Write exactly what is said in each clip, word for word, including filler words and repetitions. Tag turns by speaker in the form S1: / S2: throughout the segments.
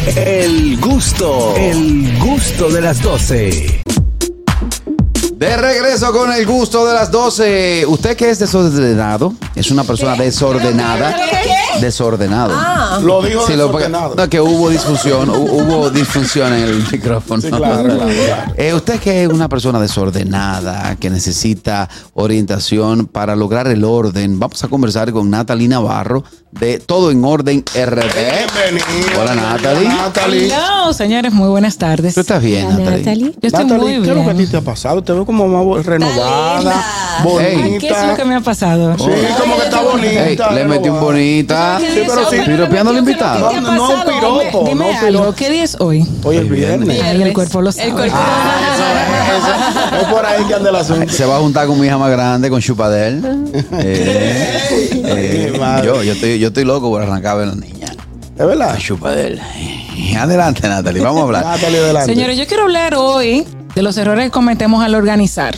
S1: El gusto, el gusto de las doce.
S2: De regreso con el gusto de las doce. ¿Usted que es desordenado? Es una persona ¿Qué? desordenada.
S3: ¿Qué? ¿Qué?
S2: Desordenado.
S3: Ah.
S4: Lo dijo
S2: sí,
S4: desordenado.
S2: Lo, no, que hubo disfunción, hubo disfunción en el micrófono.
S4: Sí, claro, claro, claro.
S2: Eh, usted que es una persona desordenada, que necesita orientación para lograr el orden, vamos a conversar con Natalie Navarro de Todo en Orden R D.
S4: Bienvenido.
S2: Hola, Natalie.
S4: Natalie.
S5: Hola, señores, muy buenas tardes.
S2: ¿Tú estás bien,
S6: Hola,
S2: Natalie?
S6: Natalie.
S5: Yo estoy
S4: Natalie,
S5: muy
S4: ¿qué es lo que a ti
S5: bien.
S4: te ha pasado? Te veo como más renovada, bonita.
S2: Hey.
S5: ¿Qué es lo que me ha pasado?
S4: Sí, como que está bonita.
S2: Hey, le metí un
S4: renovada.
S2: bonita.
S5: ¿Qué
S4: Sí,
S5: día es
S4: pero
S5: hoy?
S4: sí.
S2: Piropeando al invitado.
S5: ¿Qué te ha
S4: No, no,
S5: pasado?
S4: piropo,
S5: Dime
S4: no,
S5: algo,
S4: piropo.
S5: ¿qué día es hoy?
S4: Hoy es viernes.
S5: Ay, el cuerpo lo sabe.
S3: El cuerpo
S4: Ah, eso es, eso. Es por ahí que anda el asunto.
S2: Se va a juntar con mi hija más grande, con Chupadel. Eh, eh,
S4: Qué madre.
S2: yo, yo, estoy, yo estoy loco por arrancar a ver a la niña.
S4: ¿Es verdad?
S2: A Chupadel. Adelante, Natalie, vamos a hablar.
S4: Natalie, adelante.
S5: Señores, yo quiero hablar hoy de los errores que cometemos al organizar.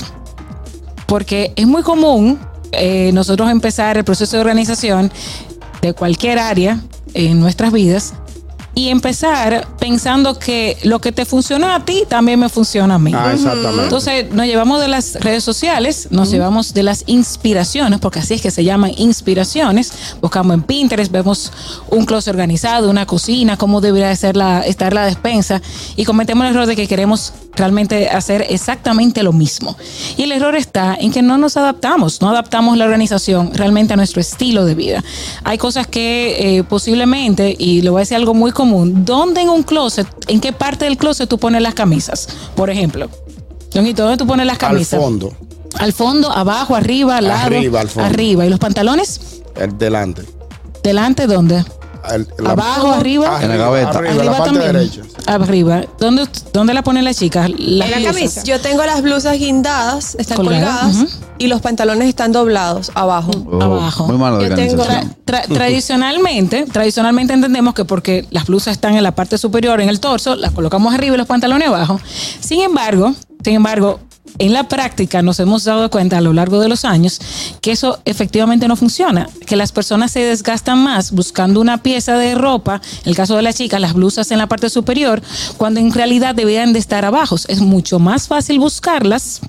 S5: Porque es muy común eh, nosotros empezar el proceso de organización de cualquier área en nuestras vidas y empezar pensando que lo que te funciona a ti también me funciona a mí.
S4: Ah, exactamente.
S5: Entonces nos llevamos de las redes sociales, nos uh-huh. llevamos de las inspiraciones, porque así es que se llaman inspiraciones. Buscamos en Pinterest, vemos un closet organizado, una cocina, cómo debería ser la, estar la despensa y cometemos el error de que queremos realmente hacer exactamente lo mismo. Y el error está en que no nos adaptamos, no adaptamos la organización realmente a nuestro estilo de vida. Hay cosas que eh, posiblemente, y le voy a decir algo muy común, ¿dónde en un closet, en qué parte del closet tú pones las camisas? Por ejemplo, Doñito, ¿dónde tú pones las camisas?
S4: Al fondo.
S5: Al fondo, abajo, arriba, al lado.
S4: Arriba, al fondo.
S5: Arriba. ¿Y los pantalones?
S4: El delante.
S5: ¿Delante dónde?
S4: El, la,
S5: abajo, arriba.
S2: En la gaveta.
S4: Arriba,
S5: Arriba
S4: la parte
S5: también.
S4: derecha.
S5: Arriba. ¿Dónde, ¿Dónde la ponen las chicas? Las
S3: en la
S5: blusas.
S3: camisa. Yo tengo las blusas guindadas, están
S5: Colgadas,
S3: colgadas,
S5: uh-huh.
S3: y los pantalones están doblados abajo.
S2: Oh,
S5: abajo.
S2: Muy mala
S3: Yo tengo-
S2: organización.
S5: Tra- tradicionalmente, tradicionalmente entendemos que porque las blusas están en la parte superior, en el torso, las colocamos arriba y los pantalones abajo. Sin embargo, sin embargo, en la práctica nos hemos dado cuenta a lo largo de los años que eso efectivamente no funciona, que las personas se desgastan más buscando una pieza de ropa, en el caso de las chicas, las blusas en la parte superior, cuando en realidad deberían de estar abajo. Es mucho más fácil buscarlas,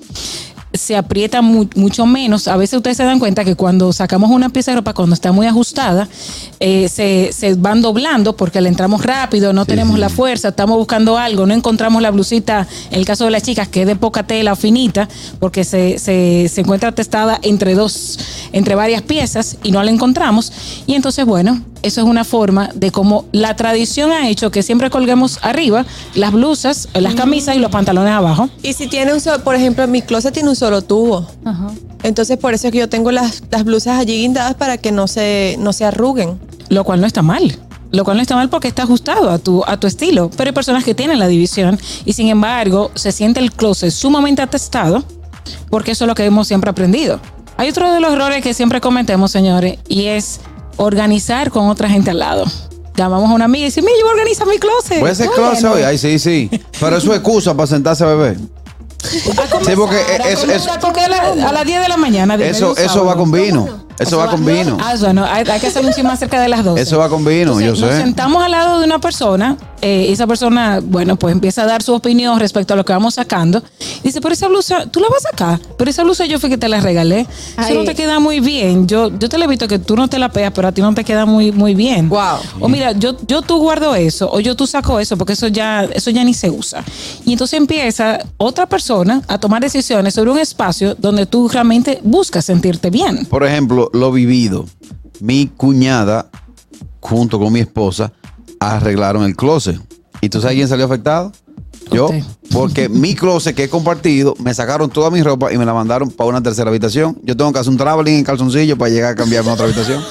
S5: se aprieta mu- mucho menos. A veces ustedes se dan cuenta que cuando sacamos una pieza de ropa, cuando está muy ajustada, eh, se, se van doblando porque le entramos rápido, no
S2: Sí,
S5: tenemos
S2: sí.
S5: la fuerza, estamos buscando algo, no encontramos la blusita, en el caso de las chicas, que es de poca tela o finita, porque se, se, se encuentra testada entre dos, entre varias piezas y no la encontramos. Y entonces, bueno, eso es una forma de cómo la tradición ha hecho que siempre colguemos arriba las blusas, las camisas y los pantalones abajo.
S3: Y si tiene un solo, por ejemplo, mi closet tiene un solo tubo.
S5: Ajá.
S3: Entonces por eso es que yo tengo las, las blusas allí guindadas para que no se, no se arruguen.
S5: Lo cual no está mal. Lo cual no está mal porque está ajustado a tu, a tu estilo. Pero hay personas que tienen la división y sin embargo se siente el closet sumamente atestado porque eso es lo que hemos siempre aprendido. Hay otro de los errores que siempre cometemos, señores, y es organizar con otra gente al lado. Llamamos a una amiga y decimos, mira, yo voy a organizar mi closet.
S2: ¿Puede ser
S5: Bueno.
S2: closet hoy? Ay, sí, sí. Pero eso es excusa para sentarse a beber.
S5: A comenzar,
S2: Sí, porque
S5: a
S2: es-
S5: comenzar,
S2: es-
S5: porque a, la- a las diez de la mañana. dime,
S2: Eso,
S5: un
S2: eso
S5: sábado.
S2: va con vino. Eso va con vino.
S5: Ah, bueno, hay, hay que hacer un chin más cerca de las doce.
S2: Eso va con vino,
S5: Entonces,
S2: yo
S5: nos
S2: sé.
S5: sentamos al lado de una persona eh, y esa persona, bueno, pues empieza a dar su opinión respecto a lo que vamos sacando. Dice, pero esa blusa, tú la vas a sacar, pero esa blusa yo fue que te la regalé.
S6: Ay.
S5: Eso no te queda muy bien. Yo, yo te la he visto que tú no te la pegas, pero a ti no te queda muy, muy bien.
S3: Wow.
S5: O mira, yo, yo tú guardo eso, o yo tú saco eso, porque eso ya, eso ya ni se usa. Y entonces empieza otra persona a tomar decisiones sobre un espacio donde tú realmente buscas sentirte bien.
S2: Por ejemplo, lo vivido. Mi cuñada, junto con mi esposa, arreglaron el closet. ¿Y tú sabes quién salió afectado? Yo.
S5: Usted.
S2: Porque mi closet que he compartido, me sacaron toda mi ropa y me la mandaron para una tercera habitación. Yo tengo que hacer un traveling en calzoncillo para llegar a cambiarme a otra habitación.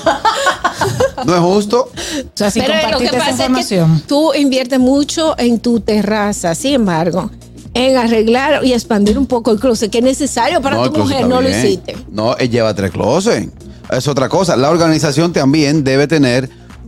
S2: ¿No es justo?
S5: O sea, si
S6: Pero lo que
S5: compartiste esa
S6: pasa es que
S5: información.
S6: tú inviertes mucho en tu terraza, sin embargo, en arreglar y expandir un poco el closet, que es necesario para
S2: el
S6: tu
S2: closet
S6: mujer,
S2: está
S6: no lo
S2: bien.
S6: hiciste.
S2: No, él lleva tres closets. Es otra cosa. La organización también debe tener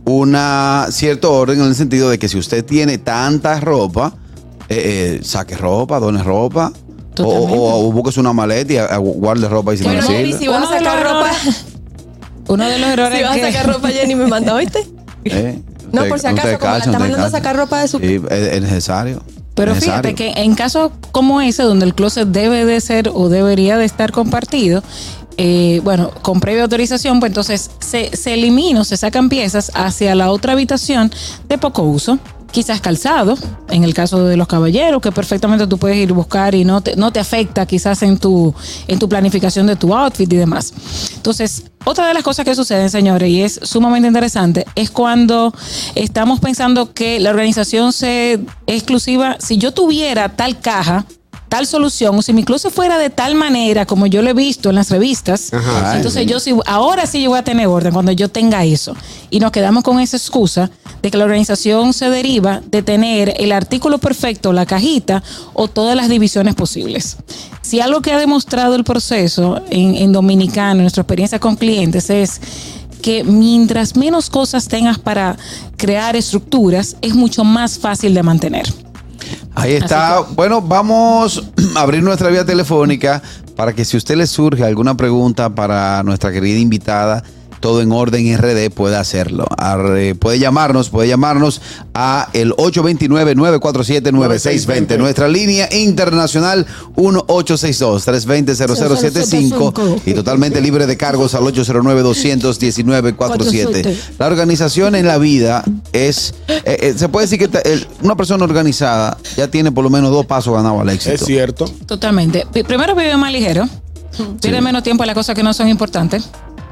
S2: una cierto orden en el sentido de que si usted tiene tanta ropa, eh, eh, saque ropa, done ropa. O,
S5: Totalmente.
S2: o, o busques una maleta y a- a- guarde ropa y sin
S3: Bueno,
S2: decirle.
S3: y si vas a
S5: Uno de
S3: sacar
S5: los
S3: ropa,
S5: errores- Uno de los errores
S3: si vas a
S5: que-
S3: sacar ropa, Jenny me manda, ¿oíste?
S2: Eh,
S3: No,
S2: Usted-
S3: por si
S2: usted
S3: acaso, como la
S2: calza,
S3: está
S2: usted
S3: mandando a
S2: calza.
S3: sacar ropa de su
S2: Sí, es, es necesario.
S5: Pero
S2: Es
S5: fíjate
S2: necesario.
S5: que en casos como ese, donde el closet debe de ser o debería de estar compartido, eh, bueno, con previa autorización, pues entonces se, se elimina o se sacan piezas hacia la otra habitación de poco uso. Quizás calzado, en el caso de los caballeros, que perfectamente tú puedes ir a buscar y no te, no te afecta quizás en tu, en tu planificación de tu outfit y demás. Entonces, otra de las cosas que suceden, señores, y es sumamente interesante, es cuando estamos pensando que la organización se exclusiva, si yo tuviera tal caja, tal solución, o si mi closet fuera de tal manera como yo lo he visto en las revistas,
S4: Ajá,
S5: entonces
S2: sí.
S5: yo sí, ahora sí yo voy a tener orden cuando yo tenga eso. Y nos quedamos con esa excusa de que la organización se deriva de tener el artículo perfecto, la cajita o todas las divisiones posibles. Si algo que ha demostrado el proceso en, en Dominicano, en nuestra experiencia con clientes, es que mientras menos cosas tengas para crear estructuras, es mucho más fácil de mantener.
S2: Ahí está. Bueno, vamos a abrir nuestra vía telefónica para que si a usted le surge alguna pregunta para nuestra querida invitada, Todo en Orden R D, puede hacerlo. Arre, puede llamarnos, puede llamarnos a el ocho dos nueve, nueve cuatro siete, nueve seis dos cero. Nuestra línea internacional uno ocho seis dos, tres dos cero, cero cero siete cinco y totalmente libre de cargos al ocho cero nueve, dos uno nueve, cuatro siete. La organización en la vida es, eh, eh, se puede decir que ta- el- una persona organizada ya tiene por lo menos dos pasos ganados al éxito.
S4: Es cierto.
S5: Totalmente. P- Primero vive más ligero, pierde menos tiempo en las cosas que no son importantes.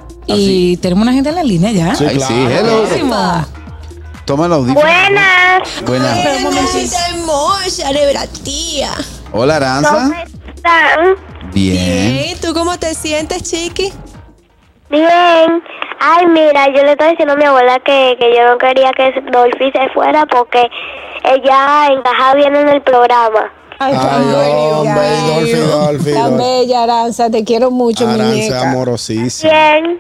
S5: Y tenemos una gente en la línea ya.
S4: Sí,
S2: Ay,
S4: claro.
S2: sí, hello.
S5: Buenísimo.
S2: Toma el audífono.
S7: Buenas.
S2: Buenas.
S6: Pero un momentito. hermosa, de verdad, tía.
S2: Hola,
S7: ¿Cómo
S2: Aranza.
S7: están?
S2: Bien.
S3: ¿Y tú cómo te sientes, chiqui?
S7: Bien. Ay, mira, yo le estoy diciendo a mi abuela que, que yo no quería que Dolphy se fuera porque ella encajaba bien en el programa.
S6: Ay, tan
S4: Ay,
S6: bella.
S4: hombre, Dolphy, Dolphy,
S6: Tan
S4: Dolphy.
S6: bella, Aranza, te quiero mucho,
S4: Aranza
S6: muñeca.
S4: amorosísima.
S7: Bien.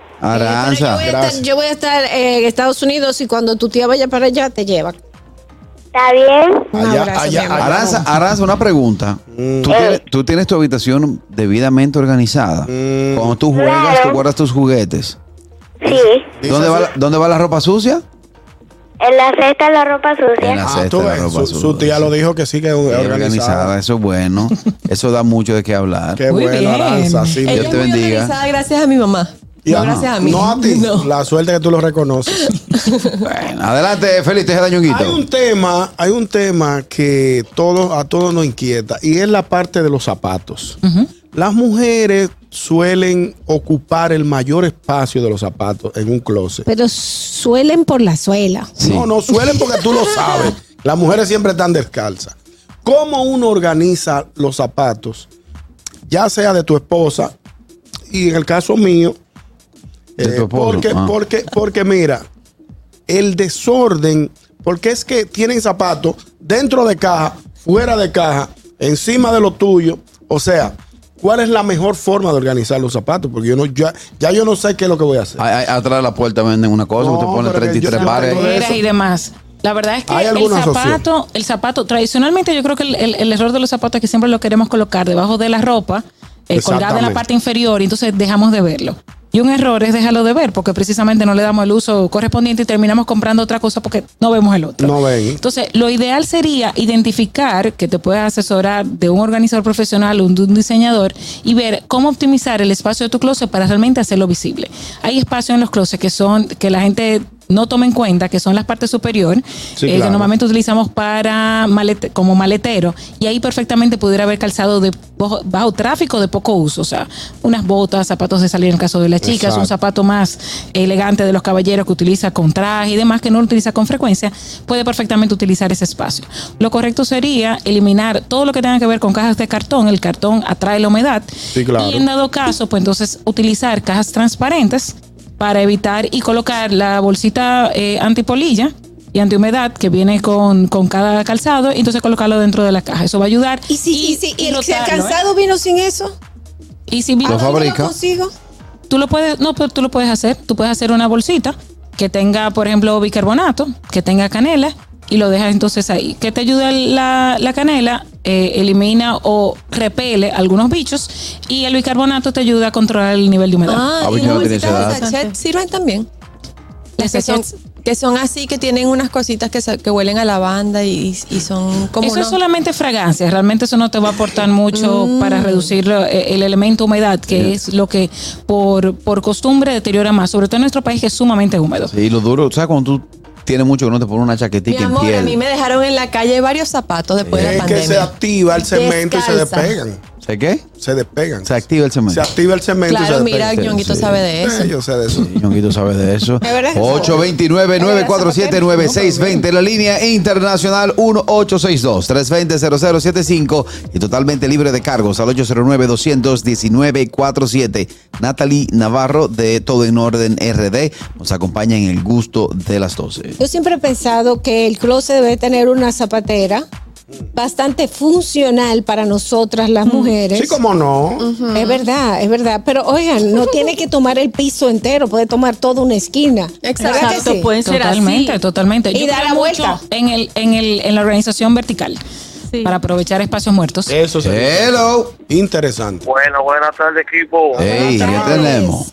S2: Aranza.
S6: Pero yo voy a
S4: Gracias.
S6: estar, yo voy a estar en Estados Unidos y cuando tu tía vaya para allá te lleva.
S7: ¿Está bien?
S6: Un
S4: Allá,
S6: abrazo,
S4: allá,
S6: mi amor.
S4: allá.
S2: Aranza, Aranza, una pregunta.
S4: Mm.
S2: ¿Tú, tienes, tú tienes tu habitación debidamente organizada?
S4: Mm.
S2: Cuando tú juegas,
S7: Claro.
S2: tú guardas tus juguetes.
S7: Sí.
S4: Dice
S2: ¿Dónde va,
S4: así.
S2: la, ¿Dónde va la ropa sucia?
S7: En la cesta de la ropa sucia.
S2: En la
S4: Ah,
S2: cesta
S4: tú
S2: de la
S4: ves,
S2: ropa
S4: su,
S2: sucia.
S4: su tía lo dijo que sí, que es
S2: Sí,
S4: organizada.
S2: organizada, eso es bueno. Eso da mucho de qué hablar.
S4: Qué
S5: Muy
S4: bueno,
S5: bien.
S4: Aranza. Sí,
S3: Ella
S2: Dios
S3: es
S2: te
S3: muy
S2: bendiga.
S3: organizada gracias a mi mamá.
S4: Y
S3: No
S4: a-
S3: gracias a mí.
S4: No a ti.
S3: No.
S4: La suerte que tú lo reconoces.
S2: Bueno, adelante, Félix, te da ñonguito.
S4: Hay un tema, hay un tema que todos, a todos nos inquieta y es la parte de los zapatos. Las mujeres suelen ocupar el mayor espacio de los zapatos en un closet.
S6: Pero suelen por la suela.
S2: Sí.
S4: No, no suelen porque tú lo sabes. Las mujeres siempre están descalzas. ¿Cómo uno organiza los zapatos? Ya sea de tu esposa y en el caso mío,
S2: De tu
S4: eh,
S2: esposo,
S4: porque,
S2: ah.
S4: porque, porque mira, el desorden, porque es que tienen zapatos dentro de caja, fuera de caja, encima de lo tuyo. O sea, ¿cuál es la mejor forma de organizar los zapatos? Porque yo no, ya, ya yo no sé qué es lo que voy a hacer.
S2: Ay, ay, atrás de la puerta venden una cosa,
S4: No,
S2: usted pone
S4: pero que
S2: treinta y tres
S4: yo-
S2: pares.
S4: yo-
S5: Caderas
S4: eso.
S5: y demás. La verdad es que
S4: Hay
S5: el
S4: alguna
S5: zapato, el zapato, tradicionalmente yo creo que el, el- el error de los zapatos es que siempre lo queremos colocar debajo de la ropa, eh, colgada en la
S4: Exactamente.
S5: parte inferior, y entonces dejamos de verlo. Y un error es dejarlo de ver, porque precisamente no le damos el uso correspondiente y terminamos comprando otra cosa porque no vemos el otro.
S4: No ven.
S5: Entonces, lo ideal sería identificar que te puedes asesorar de un organizador profesional o de un diseñador y ver cómo optimizar el espacio de tu closet para realmente hacerlo visible. Hay espacios en los closets que son, que la gente no toma en cuenta, que son las partes superiores,
S4: Sí,
S5: eh, que
S4: claro.
S5: normalmente utilizamos para malete- como maletero, y ahí perfectamente pudiera haber calzado de bajo, bajo tráfico de poco uso, o sea, unas botas, zapatos de salir en el caso de las chicas,
S4: Exacto.
S5: un zapato más elegante de los caballeros que utiliza con traje y demás, que no lo utiliza con frecuencia, puede perfectamente utilizar ese espacio. Lo correcto sería eliminar todo lo que tenga que ver con cajas de cartón. El cartón atrae la humedad.
S4: Sí, claro.
S5: Y en dado caso, pues entonces utilizar cajas transparentes para evitar y colocar la bolsita eh, antipolilla y antihumedad que viene con, con cada calzado, y entonces colocarlo dentro de la caja. Eso va a ayudar.
S6: Y si, y, si, y si el
S5: rotarlo, ¿eh?
S6: calzado vino sin eso,
S5: Y si
S6: ¿a
S2: Lo
S6: dónde
S2: fabrica.
S6: lo consigo?
S5: Tú lo puedes, no, pero tú lo puedes hacer. Tú puedes hacer una bolsita que tenga, por ejemplo, bicarbonato, que tenga canela, y lo dejas entonces ahí. ¿Qué te ayuda la, la canela? Eh, elimina o repele algunos bichos, y el bicarbonato te ayuda a controlar el nivel de humedad.
S3: Ah,
S2: Ah,
S3: y
S2: pues
S3: las
S2: yo no tenía
S3: bolsitas
S2: esa
S3: de
S2: edad.
S3: sachet sirven también.
S5: Las
S3: que son-
S5: sachets,
S3: que Que son así, que tienen unas cositas que, que huelen a lavanda y, y son como
S5: Eso
S3: unos...
S5: es solamente fragancia, realmente eso no te va a aportar mucho
S3: Mm.
S5: para reducir eh, el elemento humedad, que es lo que por, por costumbre deteriora más, sobre todo en nuestro país que es sumamente húmedo.
S2: Sí, lo duro, ¿sabes cuando tú tienes mucho que no te pones una
S3: Mi
S2: chaquetita en
S3: amor,
S2: piel?
S3: a mí me dejaron en la calle varios zapatos después de
S4: Es
S3: la
S4: que
S3: pandemia.
S4: se activa el cemento y se
S3: Descalza.
S4: despegan.
S2: ¿Se qué?
S4: Se despegan.
S2: Se activa el cemento.
S4: Se activa el cemento y se
S3: Claro,
S4: despegan.
S3: mira, Ñonguito
S2: sí.
S3: sabe de eso.
S4: Eh, yo sé de eso.
S2: Sí, Ñonguito sabe de eso.
S6: ¿Es verdad?
S2: ocho dos nueve, nueve cuatro siete, nueve seis dos cero. La línea internacional uno ocho seis dos, tres dos cero, cero cero siete cinco y totalmente libre de cargos al ocho cero nueve, dos uno nueve, cuatro siete. Natalie Navarro de Todo en Orden R D nos acompaña en el gusto de las doce.
S6: Yo siempre he pensado que el closet debe tener una zapatera bastante funcional para nosotras las mujeres.
S4: Sí, como no.
S6: Es verdad, es verdad. Pero oigan, no tiene que tomar el piso entero, puede tomar toda una esquina.
S3: Exacto.
S6: ¿Verdad que sí?
S8: puede ser
S5: Totalmente,
S8: así.
S5: totalmente.
S6: Y
S5: Yo
S6: dar
S5: creo
S6: la
S5: mucho
S6: vuelta.
S5: En, el, en, el, en la organización vertical,
S8: Sí.
S5: para aprovechar espacios muertos.
S4: Eso sería
S2: Hello.
S4: interesante.
S9: Bueno, buenas tardes, equipo.
S2: Hey, ¿qué
S6: tardes.
S2: tenemos?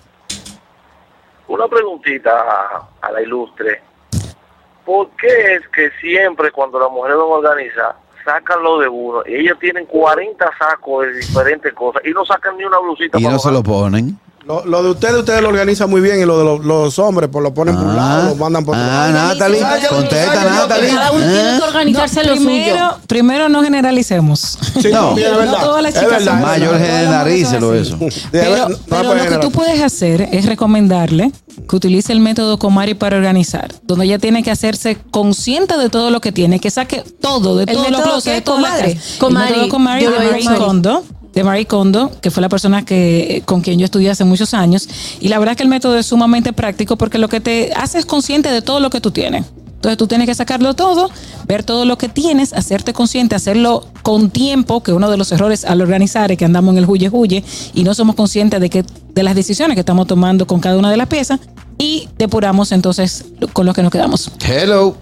S9: Una preguntita a, a la ilustre. ¿Por qué es que siempre cuando las mujeres van a organizar, sacan lo de uno y ellas tienen cuarenta sacos de diferentes cosas y no sacan ni una blusita
S2: Y
S9: para
S2: no se
S9: bajar?
S2: lo ponen.
S4: Lo, lo de ustedes, ustedes lo organizan muy bien y lo de los, los hombres, pues lo ponen por un lado, lo mandan por otro
S2: Ah,
S4: lado.
S2: Natalie,
S4: ¿Sabes qué?
S2: contesta,
S4: ¿Sabes qué?
S2: Natalie.
S8: Cada uno tiene que organizarse lo suyo.
S5: primero, primero no generalicemos.
S4: Sí,
S2: No.
S4: también es
S5: No
S4: verdad.
S5: todas las
S4: Es
S5: chicas
S4: verdad,
S5: son
S4: es
S2: Mayor
S4: verdad.
S2: generarícelo eso.
S4: De
S5: Pero,
S4: verdad, no
S5: pero
S4: puede
S5: lo que
S4: generar.
S5: tú puedes hacer es recomendarle que utilice el método Comari para organizar, donde ella tiene que hacerse consciente de todo lo que tiene, que saque todo, de
S3: ¿El
S5: todos los
S3: método
S5: closets,
S3: qué?
S5: de todas las
S3: Comari.
S5: casas.
S8: Comari.
S5: El método Comari
S8: Yo
S5: de
S8: lo he
S5: Marie
S8: hecho.
S5: Kondo, de Marie Kondo, que fue la persona que con quien yo estudié hace muchos años. Y la verdad es que el método es sumamente práctico porque lo que te hace es consciente de todo lo que tú tienes. Entonces tú tienes que sacarlo todo, ver todo lo que tienes, hacerte consciente, hacerlo con tiempo, que uno de los errores al organizar es que andamos en el huye huye y no somos conscientes de que de las decisiones que estamos tomando con cada una de las piezas y depuramos entonces con lo que nos quedamos.
S2: Hello.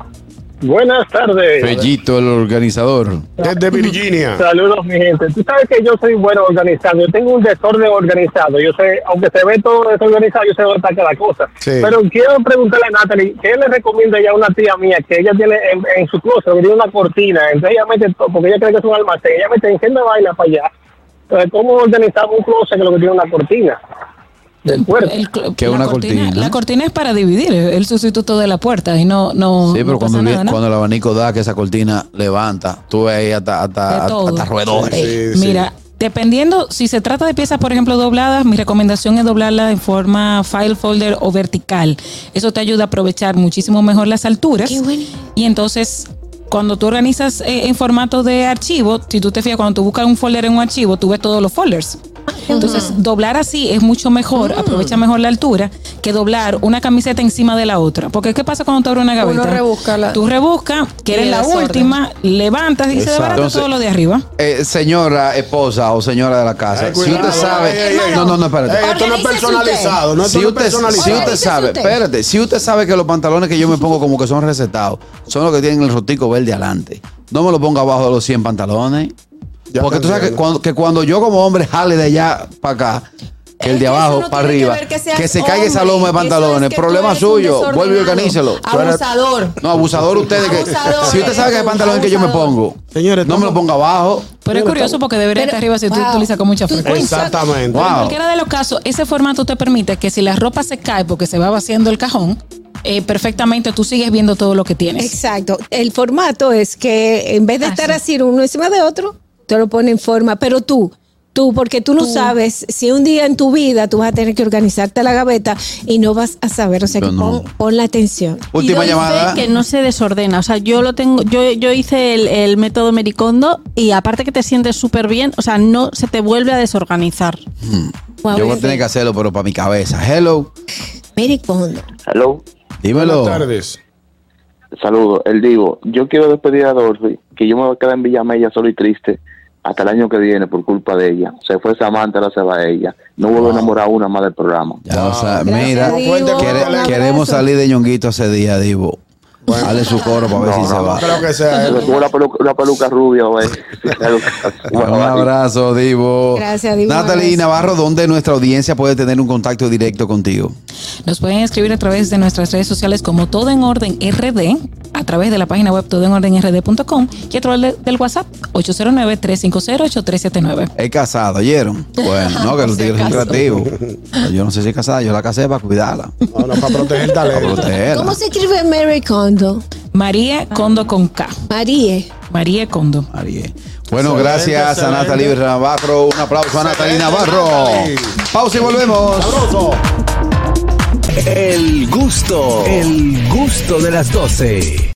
S10: Buenas tardes.
S2: Fellito, el organizador.
S4: Desde Virginia.
S10: Saludos, mi gente. Tú sabes que yo soy bueno organizando. Yo tengo un desorden organizado. Yo sé, aunque se ve todo desorganizado, yo sé dónde está cada cosa.
S4: Sí.
S10: Pero quiero preguntarle a Natalie, ¿qué le recomienda ya a una tía mía que ella tiene en, en su closet, tiene una cortina? Entonces ella mete todo, porque ella cree que es un almacén. Ella mete en de vaina para allá. Entonces, ¿cómo organizamos un closet que lo que tiene una cortina? Del puerto.
S5: El cl-
S2: ¿Qué es
S5: la
S2: una cortina?
S5: La cortina es para dividir, es el sustituto de la puerta y no, no,
S2: Sí, pero
S5: no pasa
S2: cuando,
S5: nada, ¿no?
S2: cuando el abanico da que esa cortina levanta, tú ves ahí hasta, hasta,
S5: De todo.
S2: hasta roedores.
S4: Sí, sí.
S5: Mira, dependiendo, si se trata de piezas, por ejemplo, dobladas, mi recomendación es doblarla en forma file folder o vertical. Eso te ayuda a aprovechar muchísimo mejor las alturas.
S6: Qué bueno.
S5: Y entonces, cuando tú organizas eh, en formato de archivo, si tú te fijas, cuando tú buscas un folder en un archivo, tú ves todos los folders. Entonces, doblar así es mucho mejor, aprovecha mejor la altura, que doblar una camiseta encima de la otra. Porque, ¿qué pasa cuando tú abres una gaveta?
S3: Uno rebusca la-
S5: Tú rebuscas, quieres
S3: Y
S5: la
S3: desorden.
S5: última, levantas y se
S2: Exacto.
S5: desbarata
S2: Entonces,
S5: todo lo de arriba.
S2: Eh, señora, esposa o señora de la casa,
S4: Ay,
S2: si
S4: cuidado.
S2: usted sabe.
S4: Ey, ey, ey.
S2: No, no, no, espérate.
S4: Ey, esto no es
S6: Organícese
S4: personalizado, no, esto
S2: Si
S4: no es
S2: usted, si
S4: personalizado.
S2: usted sabe,
S6: usted.
S2: espérate, si usted sabe que los pantalones que yo me pongo como que son recetados, son los que tienen el rotico verde adelante, no me lo ponga abajo de los cien pantalones.
S4: Ya
S2: Porque
S4: te
S2: tú sabes que
S4: entiendo.
S2: cuando, que cuando yo como hombre jale de allá para acá, que el
S3: Es
S2: de
S3: que eso
S2: abajo
S3: no
S2: para
S3: tiene que
S2: arriba,
S3: ver que seas
S2: que se caiga esa
S3: hombre.
S2: loma de
S3: Eso es
S2: pantalones,
S3: que tú
S2: problema
S3: eres un
S2: suyo, vuelve y
S3: desordenado.
S2: organícelo.
S3: Abusador.
S2: No, abusador usted. Que,
S3: Abusador,
S2: si usted sabe que hay
S3: eres un
S2: pantalones que yo me
S3: abusador.
S2: pongo,
S4: Señores,
S2: no me lo
S4: estamos-
S2: ponga abajo.
S5: Pero es curioso porque debería
S6: Pero-
S5: estar arriba si tú
S6: wow.
S5: utilizas con mucha
S6: Tú-
S5: frecuencia.
S4: Exactamente.
S5: Pero en
S2: Wow.
S5: cualquiera de los casos, ese formato te permite que si la ropa se cae porque se va vaciando el cajón, eh, perfectamente tú sigues viendo todo lo que tienes.
S6: Exacto. El formato es que en vez de
S5: Ah,
S6: estar
S5: sí.
S6: así uno encima de otro, te lo pone en forma. Pero tú, tú, porque tú no sabes si un día en tu vida tú vas a tener que organizarte la gaveta y no vas a saber. O sea, que
S2: Yo no.
S6: pon, pon la atención.
S2: Última
S8: y doy
S2: llamada.
S8: fe que no se desordena. O sea, yo lo tengo, yo, yo hice el, el método Mericondo y aparte que te sientes súper bien, o sea, no se te vuelve a desorganizar.
S6: Wow,
S2: Yo voy a
S6: es
S2: tener que hacerlo, pero para mi cabeza. Hello.
S6: Mary Kondo.
S9: Hello.
S2: Dímelo.
S4: Buenas tardes.
S9: Saludos. El Divo, yo quiero despedir a Dorothy, que yo me voy a quedar en Villamella solo y triste hasta el año que viene por culpa de ella. Se fue Samantha, ahora se va ella. No vuelvo a enamorar a una más del programa.
S2: Ya, o sea,
S6: Gracias,
S2: mira,
S6: Divo.
S2: quiere-
S6: Un abrazo.
S2: queremos salir de ñonguito ese día, Divo. Dale su coro para ver
S9: No,
S2: si
S9: no,
S2: se
S9: no
S2: va.
S4: Creo que sea él.
S9: Tuvo una peluca, una peluca rubia, güey.
S2: Un abrazo, Divo.
S6: Gracias, Divo.
S2: Natalie Navarro, ¿dónde nuestra audiencia puede tener un contacto directo contigo?
S5: Nos pueden escribir a través de nuestras redes sociales como Todo en Orden R D, a través de la página web todo en orden r d punto com y a través de- del WhatsApp ocho cero nueve, tres cinco cero, ocho tres siete nueve.
S2: Es casado, ¿oyeron? Bueno, no, que los tigres son creativos. Yo no sé si es casada, yo la casé para cuidarla,
S4: No, no, para proteger el
S2: para
S4: talento.
S2: protegerla.
S6: ¿Cómo se escribe Mary Kondo?
S5: María Kondo con K.
S6: Marie.
S5: María Kondo.
S2: Ariel. Bueno,
S4: Excelente,
S2: gracias a
S4: excelente.
S2: Natalie Navarro. Un aplauso a Natalie Navarro.
S4: Natalie.
S2: Pausa y volvemos.
S4: Sabroso.
S1: El gusto, el gusto de las doce.